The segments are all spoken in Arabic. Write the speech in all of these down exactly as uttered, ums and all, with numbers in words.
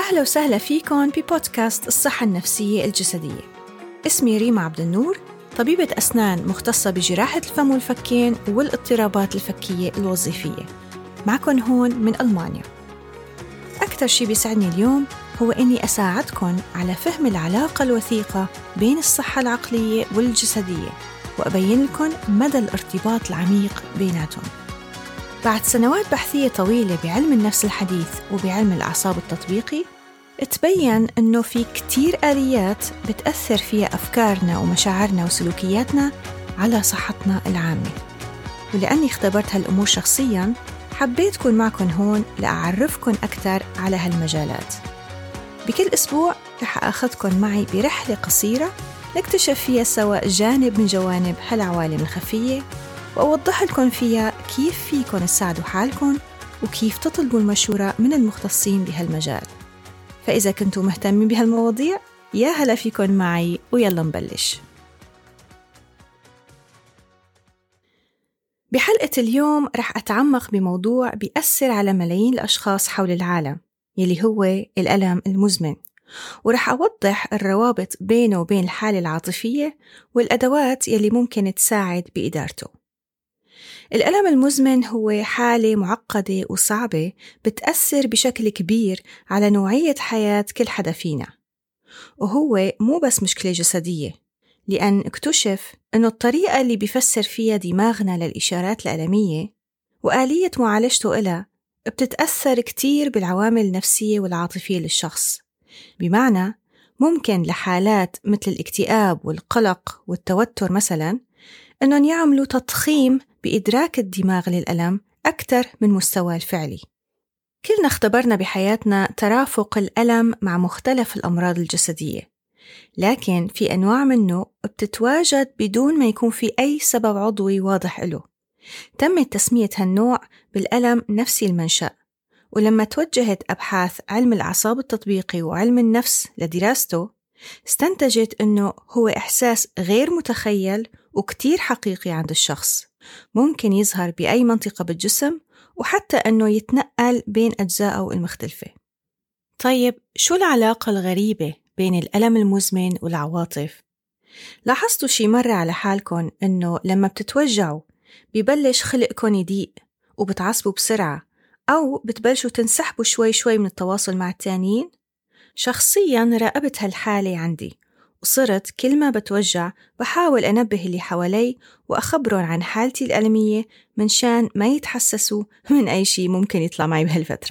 أهلا وسهلا فيكم ببودكاست الصحة النفسية الجسدية. اسمي ريما عبد النور، طبيبة أسنان مختصة بجراحة الفم والفكين والاضطرابات الفكية الوظيفية، معكم هون من ألمانيا. أكثر شي بيسعدني اليوم هو إني أساعدكم على فهم العلاقة الوثيقة بين الصحة العقلية والجسدية، وأبين لكم مدى الارتباط العميق بيناتهم. بعد سنوات بحثية طويلة بعلم النفس الحديث وبعلم الأعصاب التطبيقي، تبين أنه في كتير آليات بتأثر فيها أفكارنا ومشاعرنا وسلوكياتنا على صحتنا العامة. ولأني اختبرت هالأمور شخصياً، حبيت أكون معكم هون لأعرفكم أكثر على هالمجالات. بكل أسبوع رح أخذكم معي برحلة قصيرة نكتشف فيها سوا جانب من جوانب هالعوالم الخفية، وأوضح لكم فيها كيف فيكم تساعدوا حالكم وكيف تطلبوا المشورة من المختصين بهالمجال. فإذا كنتوا مهتمين بهالمواضيع، يا هلا فيكم معي ويلا نبلش. بحلقة اليوم رح أتعمق بموضوع بيأثر على ملايين الأشخاص حول العالم، يلي هو الألم المزمن، ورح أوضح الروابط بينه وبين الحالة العاطفية والأدوات يلي ممكن تساعد بإدارته. الألم المزمن هو حالة معقدة وصعبة بتأثر بشكل كبير على نوعية حياة كل حدا فينا، وهو مو بس مشكلة جسدية، لأن اكتشف أنه الطريقة اللي بيفسر فيها دماغنا للإشارات الألمية وآلية معالجته إلها بتتأثر كتير بالعوامل النفسية والعاطفية للشخص. بمعنى ممكن لحالات مثل الاكتئاب والقلق والتوتر مثلاً أنهم يعملوا تضخيم بإدراك الدماغ للألم أكثر من مستوى الفعلي. كلنا اختبرنا بحياتنا ترافق الألم مع مختلف الأمراض الجسدية، لكن في أنواع منه بتتواجد بدون ما يكون في أي سبب عضوي واضح له. تم تسمية هالنوع بالألم نفسي المنشأ، ولما توجهت أبحاث علم الأعصاب التطبيقي وعلم النفس لدراسته، استنتجت أنه هو إحساس غير متخيل وكتير حقيقي عند الشخص، ممكن يظهر بأي منطقة بالجسم، وحتى أنه يتنقل بين أجزائه المختلفة. طيب، شو العلاقة الغريبة بين الألم المزمن والعواطف؟ لاحظتوا شي مرة على حالكم أنه لما بتتوجعوا بيبلش خلقكم يضيق وبتعصبوا بسرعة، أو بتبلشوا تنسحبوا شوي شوي من التواصل مع التانيين؟ شخصياً راقبت هالحالة عندي، وصرت كل ما بتوجع بحاول أنبه اللي حوالي وأخبرهم عن حالتي الألمية من شان ما يتحسسوا من أي شيء ممكن يطلع معي بهالفترة.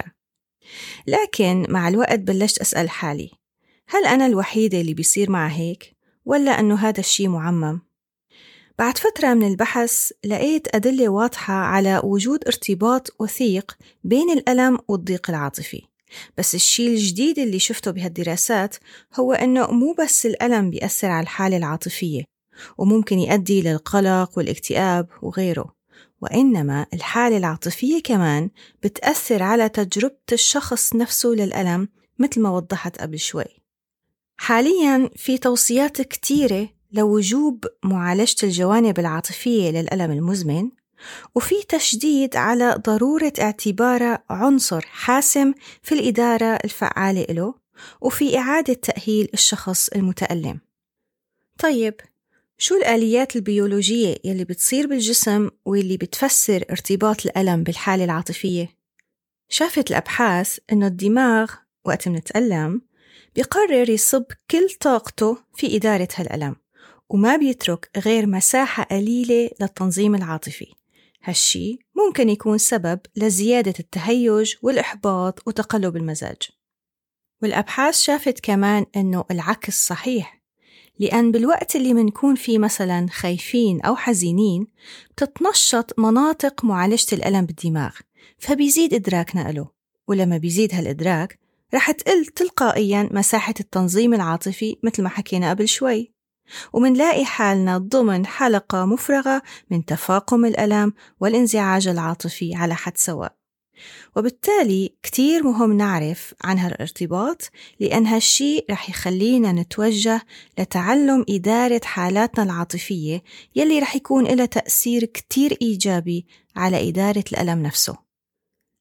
لكن مع الوقت بلشت أسأل حالي، هل أنا الوحيدة اللي بيصير مع هيك؟ ولا أنه هذا الشيء معمم؟ بعد فترة من البحث لقيت أدلة واضحة على وجود ارتباط وثيق بين الألم والضيق العاطفي. بس الشيء الجديد اللي شفته بهالدراسات هو أنه مو بس الألم بيأثر على الحالة العاطفية وممكن يؤدي للقلق والاكتئاب وغيره، وإنما الحالة العاطفية كمان بتأثر على تجربة الشخص نفسه للألم، مثل ما وضحت قبل شوي. حالياً في توصيات كتيرة لوجوب معالجة الجوانب العاطفية للألم المزمن، وفي تشديد على ضرورة اعتباره عنصر حاسم في الإدارة الفعالة له، وفي إعادة تأهيل الشخص المتألم. طيب، شو الآليات البيولوجية يلي بتصير بالجسم واللي بتفسر ارتباط الألم بالحالة العاطفية؟ شافت الأبحاث إنه الدماغ وقت منتألم بيقرر يصب كل طاقته في إدارة هالألم، وما بيترك غير مساحة قليلة للتنظيم العاطفي. هالشي ممكن يكون سبب لزيادة التهيج والإحباط وتقلب المزاج. والأبحاث شافت كمان إنه العكس صحيح، لأن بالوقت اللي منكون فيه مثلاً خايفين أو حزينين بتتنشط مناطق معالجة الألم بالدماغ، فبيزيد إدراكنا له، ولما بيزيد هالإدراك رح تقل تلقائياً مساحة التنظيم العاطفي مثل ما حكينا قبل شوي، ومنلاقي حالنا ضمن حلقة مفرغة من تفاقم الألم والانزعاج العاطفي على حد سواء. وبالتالي كتير مهم نعرف عن هالارتباط، لأن هالشي رح يخلينا نتوجه لتعلم إدارة حالاتنا العاطفية يلي رح يكون لها تأثير كتير إيجابي على إدارة الألم نفسه.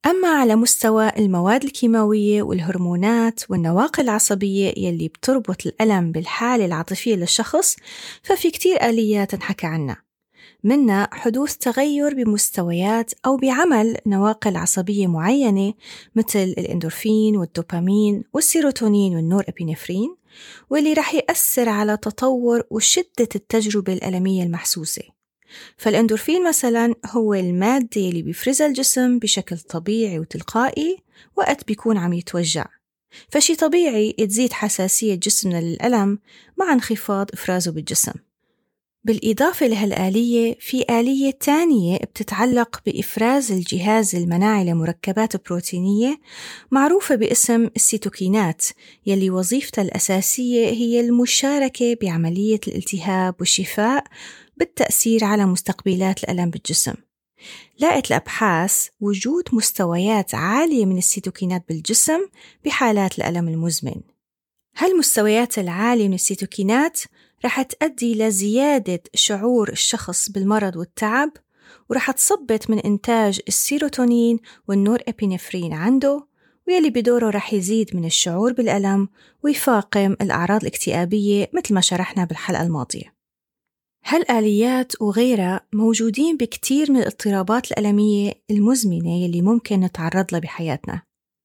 أما على مستوى المواد الكيماوية والهرمونات والنواقل العصبية يلي بتربط الألم بالحالة العاطفية للشخص، ففي كتير آليات نحكي عنها، منها حدوث تغير بمستويات أو بعمل نواقل عصبية معينة مثل الإندورفين والدوبامين والسيروتونين والنورابينفرين، واللي رح يأثر على تطور وشدة التجربة الألمية المحسوسة. فالإندورفين مثلاً هو المادة اللي بيفرزها الجسم بشكل طبيعي وتلقائي وقت بيكون عم يتوجع، فشي طبيعي تزيد حساسية جسمنا للألم مع انخفاض إفرازه بالجسم. بالإضافة لهالآلية في آلية تانية بتتعلق بإفراز الجهاز المناعي لمركبات بروتينية معروفة باسم السيتوكينات، يلي وظيفتها الأساسية هي المشاركة بعملية الالتهاب والشفاء بالتأثير على مستقبلات الألم بالجسم. لقت الأبحاث وجود مستويات عالية من السيتوكينات بالجسم بحالات الألم المزمن. هالمستويات العالية من السيتوكينات رح تؤدي لزيادة شعور الشخص بالمرض والتعب، ورح تصبت من إنتاج السيروتونين والنورابينفرين عنده، ويلي بدوره رح يزيد من الشعور بالألم ويفاقم الأعراض الاكتئابية مثل ما شرحنا بالحلقة الماضية. هالآليات وغيرها موجودين بكتير من الاضطرابات الألمية المزمنة يلي ممكن نتعرض لها بحياتنا.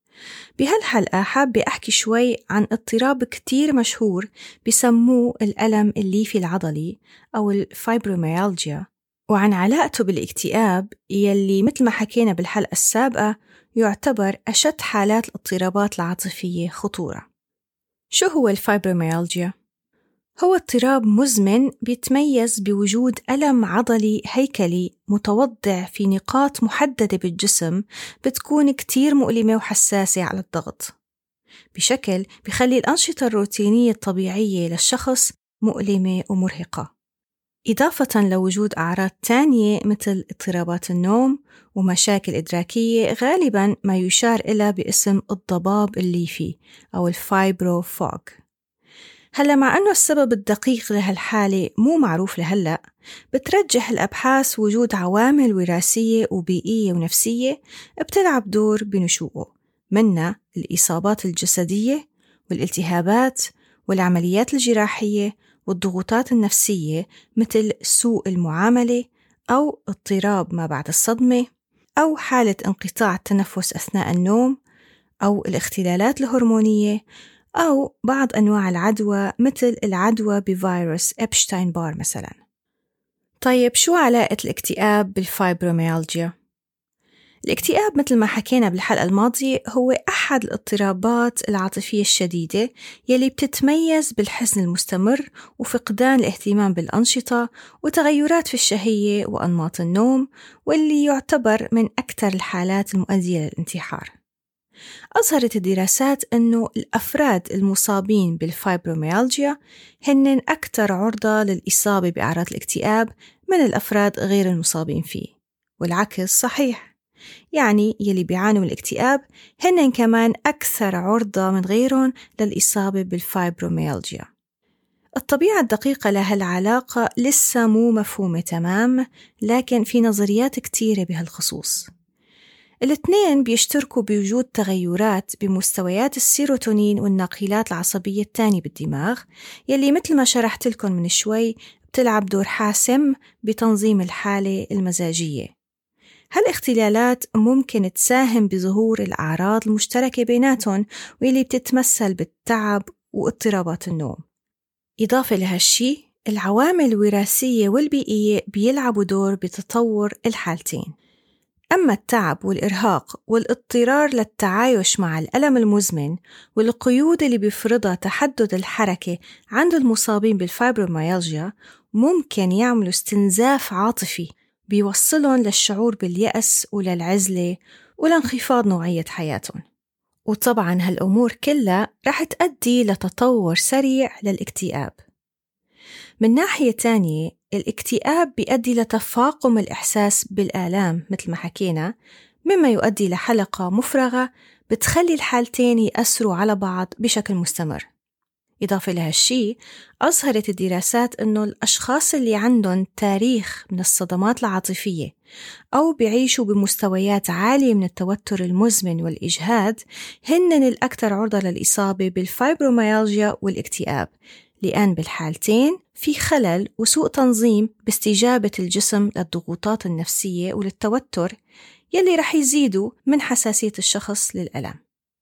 بهالحلقة حابة أحكي شوي عن اضطراب كتير مشهور بسموه الألم الليفي العضلي أو الفايبروميالجيا، وعن علاقته بالاكتئاب يلي مثل ما حكينا بالحلقة السابقة يعتبر أشد حالات الاضطرابات العاطفية خطورة. شو هو الفايبروميالجيا؟ هو اضطراب مزمن بيتميز بوجود ألم عضلي هيكلي متوضع في نقاط محددة بالجسم بتكون كتير مؤلمة وحساسة على الضغط، بشكل بيخلي الأنشطة الروتينية الطبيعية للشخص مؤلمة ومرهقة، إضافة لوجود أعراض تانية مثل اضطرابات النوم ومشاكل إدراكية غالباً ما يشار إلى باسم الضباب الليفي أو الفايبروفوغ. هلأ مع أنه السبب الدقيق لهالحالة مو معروف لهلأ، بترجح الأبحاث وجود عوامل وراثية وبيئية ونفسية بتلعب دور بنشوئه، منها الإصابات الجسدية والالتهابات والعمليات الجراحية والضغوطات النفسية مثل سوء المعاملة أو اضطراب ما بعد الصدمة أو حالة انقطاع التنفس أثناء النوم أو الاختلالات الهرمونية أو بعض أنواع العدوى مثل العدوى بفيروس إبشتاين بار مثلاً. طيب شو علاقة الاكتئاب بالفايبروميالجيا؟ الاكتئاب مثل ما حكينا بالحلقة الماضية هو أحد الاضطرابات العاطفية الشديدة يلي بتتميز بالحزن المستمر وفقدان الاهتمام بالأنشطة وتغيرات في الشهية وأنماط النوم، واللي يعتبر من أكثر الحالات المؤدية للانتحار. أظهرت الدراسات أنه الأفراد المصابين بالفايبروميالجيا هن أكثر عرضة للإصابة بأعراض الاكتئاب من الأفراد غير المصابين فيه، والعكس صحيح، يعني يلي بيعانوا من الاكتئاب هن كمان أكثر عرضة من غيرهم للإصابة بالفايبروميالجيا. الطبيعة الدقيقة لهالعلاقة لسه مو مفهومة تمام، لكن في نظريات كتيرة بهالخصوص. الاثنين بيشتركوا بوجود تغيرات بمستويات السيروتونين والناقلات العصبية التانية بالدماغ، يلي مثل ما شرحت لكم من شوي بتلعب دور حاسم بتنظيم الحالة المزاجية. هالاختلالات ممكن تساهم بظهور الأعراض المشتركة بيناتهم واللي بتتمثل بالتعب واضطرابات النوم. إضافة لهالشي العوامل الوراثية والبيئية بيلعبوا دور بتطور الحالتين. أما التعب والإرهاق والاضطرار للتعايش مع الألم المزمن والقيود اللي بيفرضها تحدد الحركة عند المصابين بالفايبروميالجيا ممكن يعملوا استنزاف عاطفي بيوصلهم للشعور باليأس وللعزلة ولانخفاض نوعية حياتهم. وطبعاً هالأمور كلها رح تؤدي لتطور سريع للاكتئاب. من ناحية تانية الاكتئاب بيؤدي لتفاقم الإحساس بالآلام مثل ما حكينا، مما يؤدي لحلقة مفرغة بتخلي الحالتين يأثروا على بعض بشكل مستمر. إضافة لهالشي، أظهرت الدراسات أنه الأشخاص اللي عندهم تاريخ من الصدمات العاطفية أو بيعيشوا بمستويات عالية من التوتر المزمن والإجهاد هن الأكثر عرضة للإصابة بالفايبروميالجيا والاكتئاب، لأن بالحالتين في خلل وسوء تنظيم باستجابة الجسم للضغوطات النفسية وللتوتر يلي رح يزيدوا من حساسية الشخص للألم.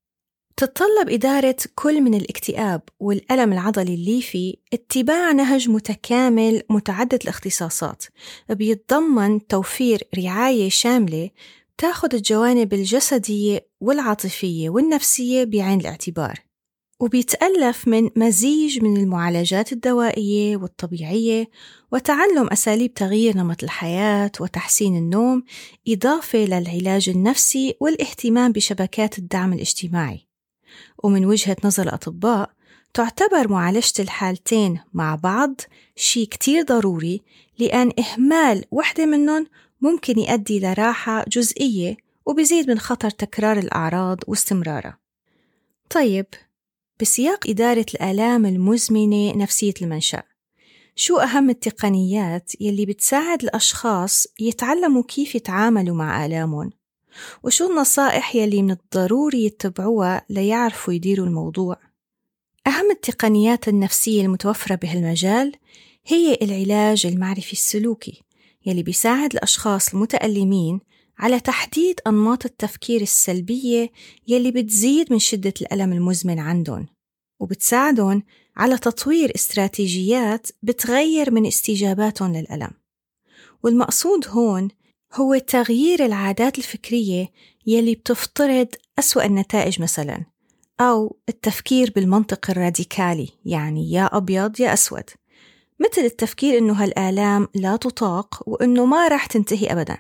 تتطلب إدارة كل من الاكتئاب والألم العضلي الليفي اتباع نهج متكامل متعدد الاختصاصات بيتضمن توفير رعاية شاملة تاخد الجوانب الجسدية والعاطفية والنفسية بعين الاعتبار، وبيتألف من مزيج من المعالجات الدوائية والطبيعية وتعلم أساليب تغيير نمط الحياة وتحسين النوم، إضافة للعلاج النفسي والاهتمام بشبكات الدعم الاجتماعي. ومن وجهة نظر الأطباء تعتبر معالجة الحالتين مع بعض شيء كتير ضروري، لأن إهمال واحدة منهم ممكن يؤدي لراحة جزئية وبيزيد من خطر تكرار الأعراض واستمرارها. طيب، بسياق إدارة الآلام المزمنة نفسية المنشأ، شو أهم التقنيات يلي بتساعد الأشخاص يتعلموا كيف يتعاملوا مع آلامهم؟ وشو النصائح يلي من الضروري يتبعوها ليعرفوا يديروا الموضوع؟ أهم التقنيات النفسية المتوفرة بهالمجال هي العلاج المعرفي السلوكي يلي بيساعد الأشخاص المتألمين على تحديد أنماط التفكير السلبية يلي بتزيد من شدة الألم المزمن عندهم، وبتساعدهم على تطوير استراتيجيات بتغير من استجاباتهم للألم. والمقصود هون هو تغيير العادات الفكرية يلي بتفترض أسوأ النتائج مثلاً، أو التفكير بالمنطق الراديكالي، يعني يا أبيض يا أسود، مثل التفكير إنه هالآلام لا تطاق وإنه ما راح تنتهي أبداً.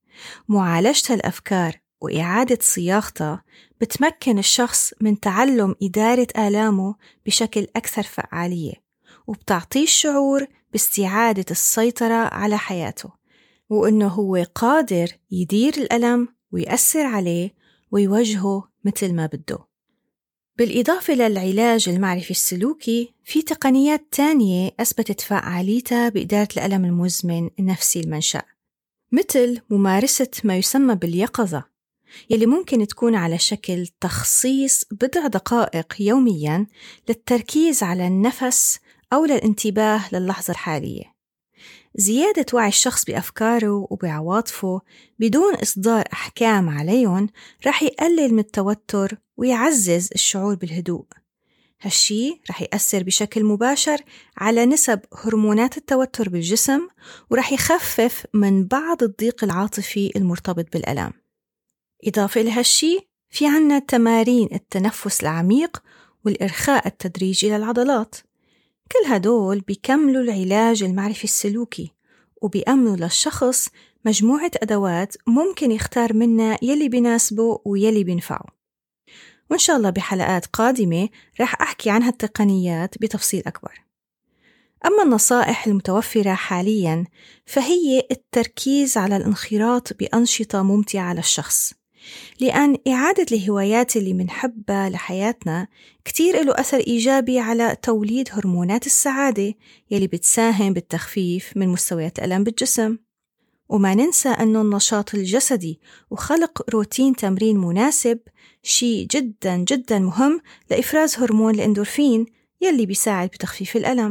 معالجة الأفكار وإعادة صياغتها بتمكن الشخص من تعلم إدارة آلامه بشكل أكثر فعالية، وبتعطيه الشعور باستعادة السيطرة على حياته، وإنه هو قادر يدير الألم ويأثر عليه ويوجهه مثل ما بده. بالإضافة للعلاج المعرفي السلوكي، في تقنيات تانية أثبتت فعاليتها بإدارة الألم المزمن نفسي المنشأ، مثل ممارسة ما يسمى باليقظة، يلي ممكن تكون على شكل تخصيص بضع دقائق يومياً للتركيز على النفس أو للانتباه للحظة الحالية. زيادة وعي الشخص بأفكاره وبعواطفه بدون إصدار أحكام عليهم رح يقلل من التوتر ويعزز الشعور بالهدوء. هالشي رح يأثر بشكل مباشر على نسب هرمونات التوتر بالجسم، ورح يخفف من بعض الضيق العاطفي المرتبط بالألم. إضافة لهالشي، في عنا تمارين التنفس العميق والإرخاء التدريجي للعضلات، كل هدول بيكملوا العلاج المعرفي السلوكي وبيأمنوا للشخص مجموعة أدوات ممكن يختار منها يلي بيناسبه ويلي بينفعه. وإن شاء الله بحلقات قادمة رح أحكي عن هالتقنيات بتفصيل أكبر. أما النصائح المتوفرة حالياً فهي التركيز على الانخراط بأنشطة ممتعة للشخص، لأن إعادة الهوايات اللي منحبها لحياتنا كتير له أثر إيجابي على توليد هرمونات السعادة يلي بتساهم بالتخفيف من مستويات الألم بالجسم. وما ننسى أنه النشاط الجسدي وخلق روتين تمرين مناسب شيء جدا جدا مهم لإفراز هرمون الإندورفين يلي بيساعد بتخفيف الألم.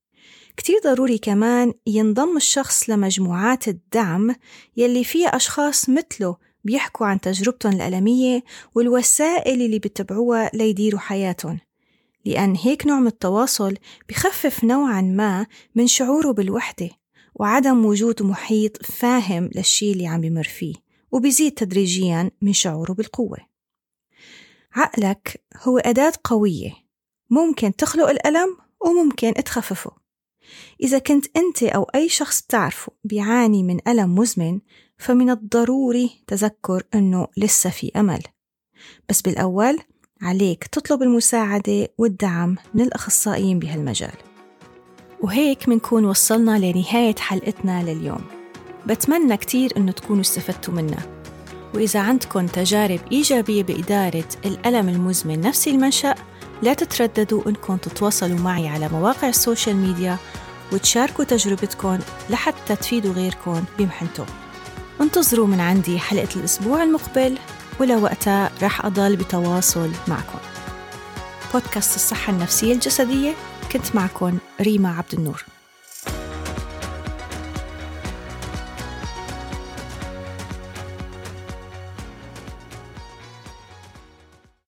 كتير ضروري كمان ينضم الشخص لمجموعات الدعم يلي فيها أشخاص مثله بيحكوا عن تجربتهم الألمية والوسائل اللي بيتبعوها ليديروا حياتهم، لأن هيك نوع من التواصل بيخفف نوعا ما من شعوره بالوحدة وعدم وجود محيط فاهم للشيء اللي عم بيمر فيه، وبيزيد تدريجيا من شعوره بالقوة. عقلك هو أداة قوية ممكن تخلق الألم وممكن تخففه. إذا كنت أنت أو أي شخص بتعرفه بيعاني من ألم مزمن، فمن الضروري تذكر أنه لسه في أمل، بس بالأول عليك تطلب المساعدة والدعم من الأخصائيين بهالمجال. وهيك منكون وصلنا لنهاية حلقتنا لليوم. بتمنى كتير أنه تكونوا استفدتوا منها، وإذا عندكم تجارب إيجابية بإدارة الألم المزمن نفس المنشأ، لا تترددوا أنكم تتواصلوا معي على مواقع السوشيال ميديا وتشاركوا تجربتكم لحتى تفيدوا غيركم بمحنته. انتظروا من عندي حلقة الأسبوع المقبل، ولا وقتها رح أضل بتواصل معكم. بودكاست الصحة النفسية الجسدية، كنت معكم ريما عبد النور.